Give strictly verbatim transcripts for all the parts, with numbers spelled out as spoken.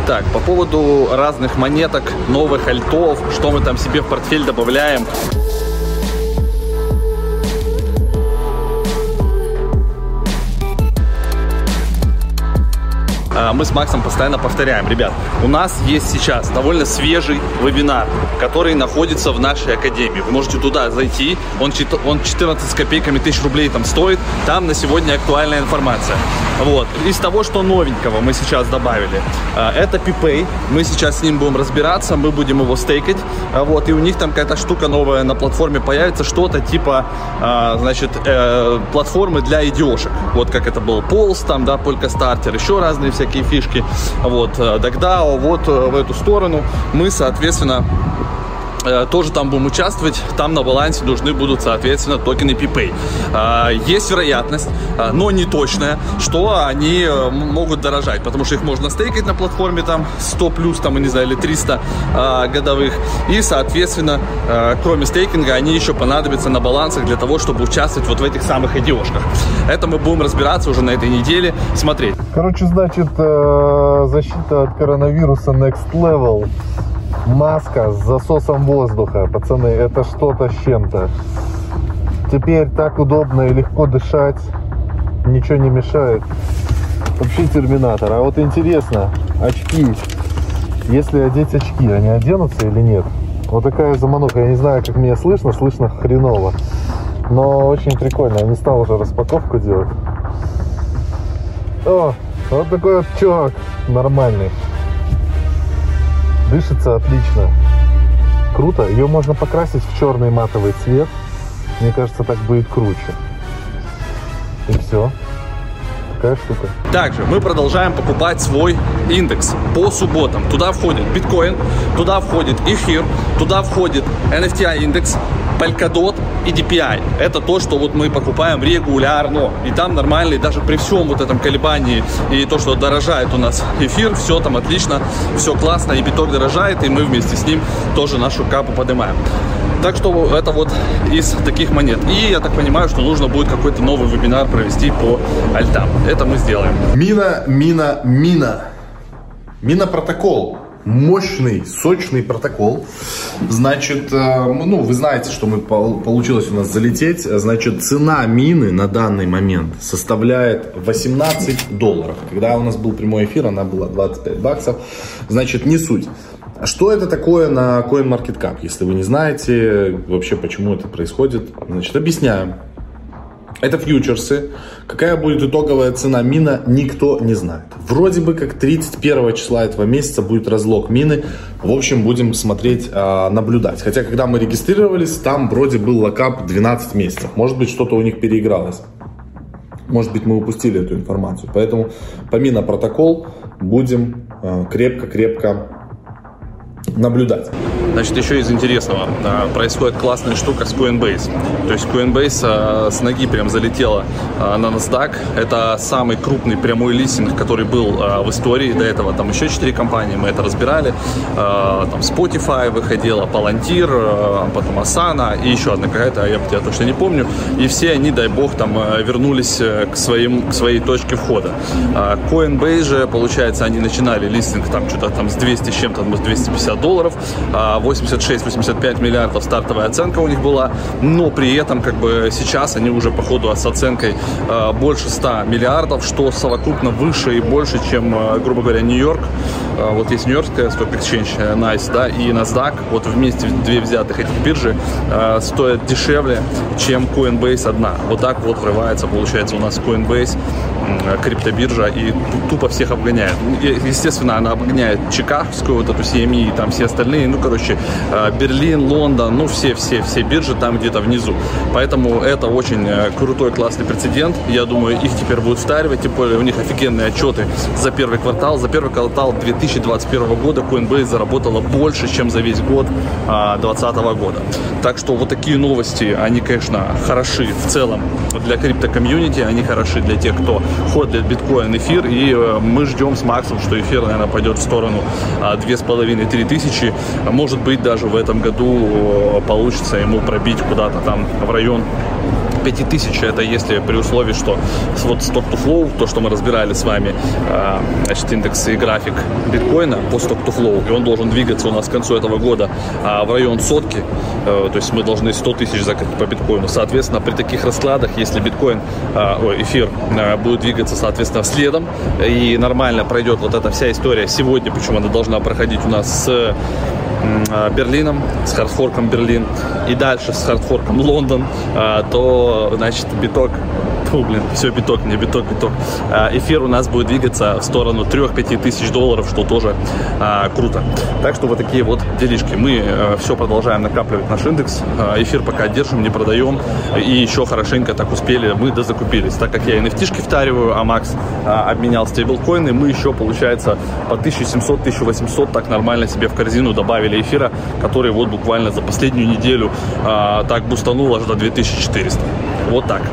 Так, по поводу разных монеток, новых альтов, что мы там себе в портфель добавляем. Мы с Максом постоянно повторяем, ребят, у нас есть сейчас довольно свежий вебинар, который находится в нашей академии. Вы можете туда зайти, он, он четырнадцать с копейками тысяч рублей там стоит, там на сегодня актуальная информация. Вот. Из того, что новенького мы сейчас добавили, это PiPay, мы сейчас с ним будем разбираться, мы будем его стейкать, вот, и у них там какая-то штука новая на платформе появится, что-то типа, значит, платформы для идиошек, вот как это был Pulse, там, да, Polkastarter, еще разные всякие фишки, вот, тогда вот в эту сторону мы, соответственно, тоже там будем участвовать, там на балансе должны будут, соответственно, токены PiPay. Есть вероятность, но не точная, что они могут дорожать, потому что их можно стейкать на платформе там сто плюс, там, не знаю, или триста годовых, и, соответственно, кроме стейкинга, они еще понадобятся на балансах для того, чтобы участвовать вот в этих самых идиошках. Это мы будем разбираться уже на этой неделе, смотреть. Короче, значит, защита от коронавируса Next Level. Маска с засосом воздуха, пацаны, это что-то с чем-то. Теперь так удобно и легко дышать, ничего не мешает. Вообще терминатор. А вот интересно, очки, если одеть очки, они оденутся или нет? Вот такая замануха, я не знаю, как меня слышно, слышно хреново. Но очень прикольно, я не стал уже распаковку делать. О, вот такой вот чувак, нормальный. Дышится отлично. Круто. Ее можно покрасить в черный матовый цвет. Мне кажется, так будет круче. И все. Такая штука. Также мы продолжаем покупать свой индекс по субботам. Туда входит биткоин, туда входит эфир, туда входит эн эф ти ай индекс, Polkadot и ди пи ай. Это то, что вот мы покупаем регулярно. И там нормальный, даже при всем вот этом колебании и то, что дорожает у нас эфир, все там отлично, все классно, и биток дорожает, и мы вместе с ним тоже нашу капу поднимаем. Так что это вот из таких монет. И я так понимаю, что нужно будет какой-то новый вебинар провести по альтам. Это мы сделаем. Мина, мина, мина. Мина протокол. Мощный, сочный протокол. Значит, ну, вы знаете, что мы, получилось у нас залететь. Значит, цена мины на данный момент составляет восемнадцать долларов. Когда у нас был прямой эфир, она была двадцать пять баксов. Значит, не суть. Что это такое на CoinMarketCap? Если вы не знаете вообще, почему это происходит, значит, объясняем. Это фьючерсы. Какая будет итоговая цена мина, никто не знает. Вроде бы как тридцать первого числа этого месяца будет разлог мины. В общем, будем смотреть, наблюдать. Хотя, когда мы регистрировались, там вроде был локап двенадцать месяцев. Может быть, что-то у них переигралось. Может быть, мы упустили эту информацию. Поэтому по мина протокол будем крепко-крепко наблюдать. Значит, еще из интересного, происходит классная штука с Coinbase. То есть Coinbase с ноги прям залетела на NASDAQ. Это самый крупный прямой листинг, который был в истории. До этого там еще четыре компании, мы это разбирали. Там Spotify выходила, Palantir, потом Asana и еще одна какая-то, я, я точно не помню. И все они, дай бог, там вернулись к, своим, к своей точке входа. Coinbase же, получается, они начинали листинг там что-то там с двухсот с чем-то, с двухсот пятидесяти долларов. восемьдесят шесть — восемьдесят пять миллиардов стартовая оценка у них была, но при этом как бы сейчас они уже по ходу с оценкой э, больше ста миллиардов, что совокупно выше и больше, чем, э, грубо говоря, Нью-Йорк. Э, вот есть Нью-Йоркская Stock Exchange, э, NYSE, да, и NASDAQ, вот вместе две взятых этих биржи э, стоят дешевле, чем Coinbase одна. Вот так вот врывается, получается, у нас Coinbase, э, криптобиржа, и тупо всех обгоняет. Естественно, она обгоняет чикагскую, вот эту си эм и и там все остальные, ну, короче, Берлин, Лондон, ну, все-все-все биржи там где-то внизу. Поэтому это очень крутой, классный прецедент. Я думаю, их теперь будут втаривать, тем более у них офигенные отчеты за первый квартал. За первый квартал две тысячи двадцать первого года Coinbase заработала больше, чем за весь год две тысячи двадцатого года. Так что вот такие новости, они, конечно, хороши в целом для крипто-комьюнити, они хороши для тех, кто ходит биткоин, эфир, и мы ждем с Максом, что эфир, наверное, пойдет в сторону две с половиной — три тысячи. Может быть, даже в этом году получится ему пробить куда-то там в район пяти тысяч, это если при условии, что вот stock to flow, то, что мы разбирали с вами, значит, индекс и график биткоина по stock to flow, и он должен двигаться у нас к концу этого года в район сотки, то есть мы должны сто тысяч закрыть по биткоину. Соответственно, при таких раскладах, если биткоин, ой, эфир будет двигаться, соответственно, следом, и нормально пройдет вот эта вся история сегодня, почему она должна проходить у нас с Берлином, с хардфорком Берлин и дальше с хардфорком Лондон, то, значит, биток, фу, блин, все биток, не биток, биток, эфир у нас будет двигаться в сторону трёх-пяти тысяч долларов, что тоже а, круто. Так что вот такие вот делишки. Мы а, все продолжаем накапливать наш индекс, а, эфир пока держим, не продаем, и еще хорошенько так успели, мы дозакупились. Так как я эн эф ти-шки втариваю, а Макс а, обменял стейблкоины, мы еще, получается, по тысяча семьсот — тысяча восемьсот так нормально себе в корзину добавили эфира, который вот буквально за последнюю неделю а, так бустанул аж до две тысячи четырёхсот. Вот так.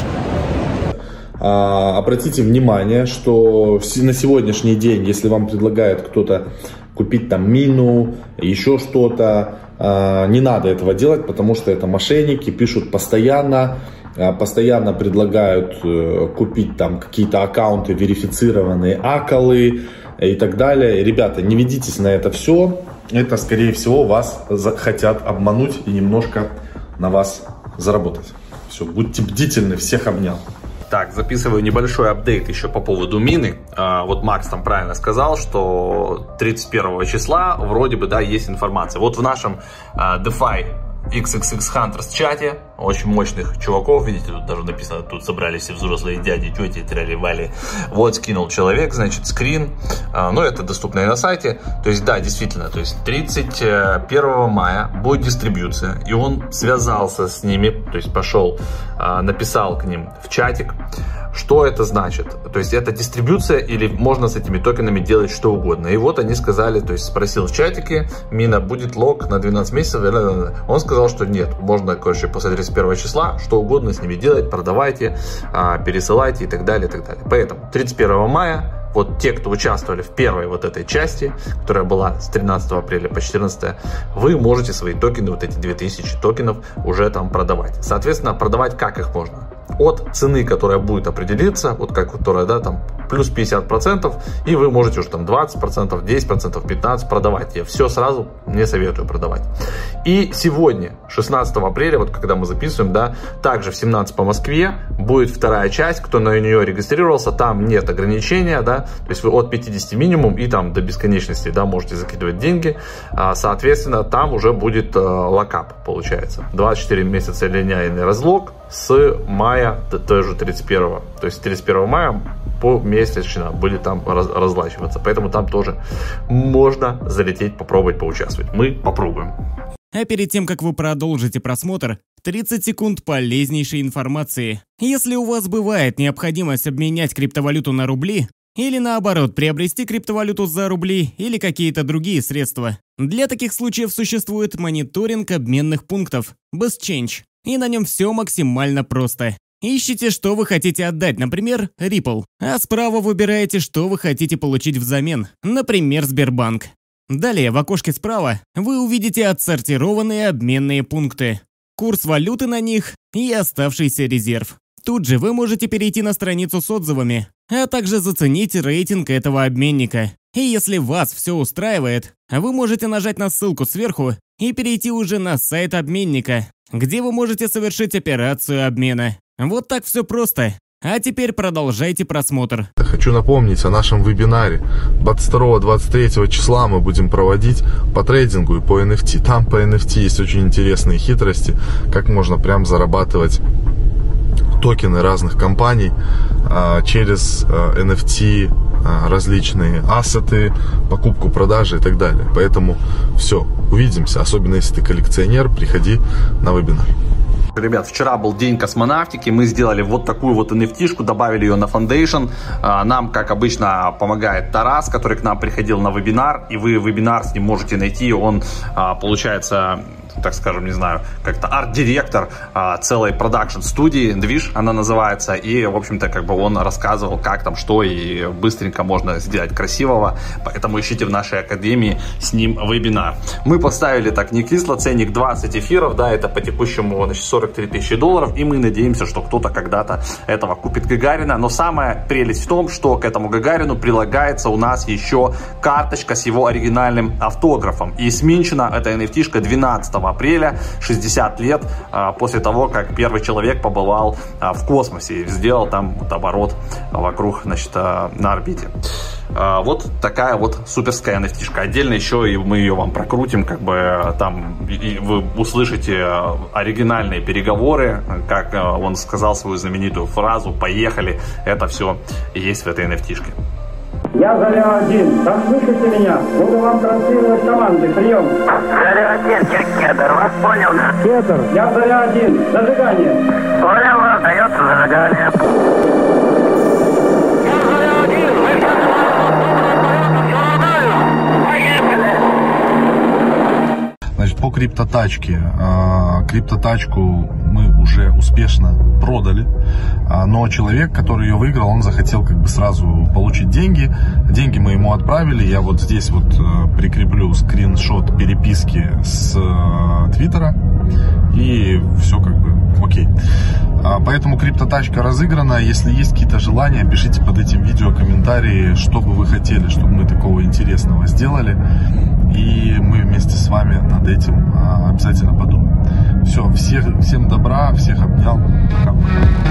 А, обратите внимание, что на сегодняшний день, если вам предлагает кто-то купить там мину, еще что-то, а, не надо этого делать, потому что это мошенники, пишут постоянно, а, постоянно предлагают а, купить там какие-то аккаунты, верифицированные акколы и так далее. Ребята, не ведитесь на это все. Это, скорее всего, вас хотят обмануть и немножко на вас заработать. Все, будьте бдительны, всех обнял. Так, записываю небольшой апдейт еще по поводу мины. А, вот Макс там правильно сказал, что тридцать первого числа вроде бы, да, есть информация. Вот в нашем а, DeFi икс икс икс Hunters чате, очень мощных чуваков, видите, тут даже написано, тут собрались все взрослые дяди, тети, тряли-вали. Вот скинул человек, значит, скрин, а, ну, это доступно и на сайте. То есть, да, действительно, то есть тридцать первого мая будет дистрибьюция, и он связался с ними, то есть пошел, а, написал к ним в чатик. Что это значит? То есть это дистрибьюция или можно с этими токенами делать что угодно? И вот они сказали, то есть спросил в чатике, мина будет лог на двенадцать месяцев? Он сказал, что нет, можно, короче, после тридцать первого числа что угодно с ними делать, продавайте, пересылайте и так далее, и так далее. Поэтому тридцать первого мая вот те, кто участвовали в первой вот этой части, которая была с тринадцатого апреля по четырнадцатое, вы можете свои токены, вот эти две тысячи токенов, уже там продавать. Соответственно, продавать как их можно? От цены, которая будет определиться, вот как которая, да, там плюс пятьдесят процентов, и вы можете уже там двадцать процентов, десять процентов, пятнадцать процентов продавать. Я все сразу не советую продавать. И сегодня, шестнадцатого апреля, вот когда мы записываем, да, также в семнадцать по Москве будет вторая часть, кто на нее регистрировался, там нет ограничения, да, то есть вы от пятидесяти минимум и там до бесконечности, да, можете закидывать деньги, соответственно, там уже будет локап, получается, двадцать четыре месяца линейный разлог с мая до тоже тридцать первого, то есть тридцать первого мая по месячно были там раз, разлачиваться, поэтому там тоже можно залететь, попробовать, поучаствовать. Мы попробуем. А перед тем, как вы продолжите просмотр, тридцать секунд полезнейшей информации. Если у вас бывает необходимость обменять криптовалюту на рубли, или наоборот, приобрести криптовалюту за рубли или какие-то другие средства, для таких случаев существует мониторинг обменных пунктов BestChange, и на нем все максимально просто. Ищите, что вы хотите отдать, например, Ripple, а справа выбираете, что вы хотите получить взамен, например, Сбербанк. Далее в окошке справа вы увидите отсортированные обменные пункты, курс валюты на них и оставшийся резерв. Тут же вы можете перейти на страницу с отзывами, а также заценить рейтинг этого обменника. И если вас все устраивает, вы можете нажать на ссылку сверху и перейти уже на сайт обменника, где вы можете совершить операцию обмена. Вот так все просто. А теперь продолжайте просмотр. Хочу напомнить о нашем вебинаре. двадцать второго — двадцать третьего числа мы будем проводить по трейдингу и по эн эф ти. Там по эн эф ти есть очень интересные хитрости, как можно прям зарабатывать токены разных компаний а, через а, эн эф ти, а, различные ассеты, покупку, продажи и так далее. Поэтому все, увидимся. Особенно если ты коллекционер, приходи на вебинар. Ребят, вчера был день космонавтики, мы сделали вот такую вот эн эф ти-шку, добавили ее на Foundation. Нам, как обычно, помогает Тарас, который к нам приходил на вебинар, и вы вебинар с ним можете найти, он, получается, так скажем, не знаю, как-то арт-директор а, целой продакшн-студии, Движ она называется, и, в общем-то, как бы он рассказывал, как там, что, и быстренько можно сделать красивого, поэтому ищите в нашей академии с ним вебинар. Мы поставили так не кисло, ценник двадцать эфиров, да, это по текущему, значит, сорок три тысячи долларов, и мы надеемся, что кто-то когда-то этого купит Гагарина, но самая прелесть в том, что к этому Гагарину прилагается у нас еще карточка с его оригинальным автографом, и сминчена эта эн эф ти-шка двенадцатого апреля, шестьдесят лет а, после того, как первый человек побывал а, в космосе и сделал там вот оборот вокруг, значит, а, на орбите. А, вот такая вот суперская эн эф ти-шка. Отдельно еще и мы ее вам прокрутим, как бы там и вы услышите оригинальные переговоры, как он сказал свою знаменитую фразу «Поехали». Это все есть в этой эн эф ти-шке. Я Заря один. Там слышите меня? Буду вам транслировать команды. Прием. Заря один, Кедр. Вас понял, да? Кедр. Я Заря один. Зажигание. Понял, раздается зажигание. Я Заря один. Мы Значит, по криптотачке. Криптотачку мы уже успешно продали, но человек, который ее выиграл, он захотел как бы сразу получить деньги. Деньги мы ему отправили. Я вот здесь вот прикреплю скриншот переписки с Твиттера, и все как бы окей. Поэтому криптотачка разыграна. Если есть какие-то желания, пишите под этим видео комментарии, что бы вы хотели, чтобы мы такого интересного сделали. И мы вместе с вами над этим обязательно подумаем. Все, всех, всем добра, всех обнял. Пока.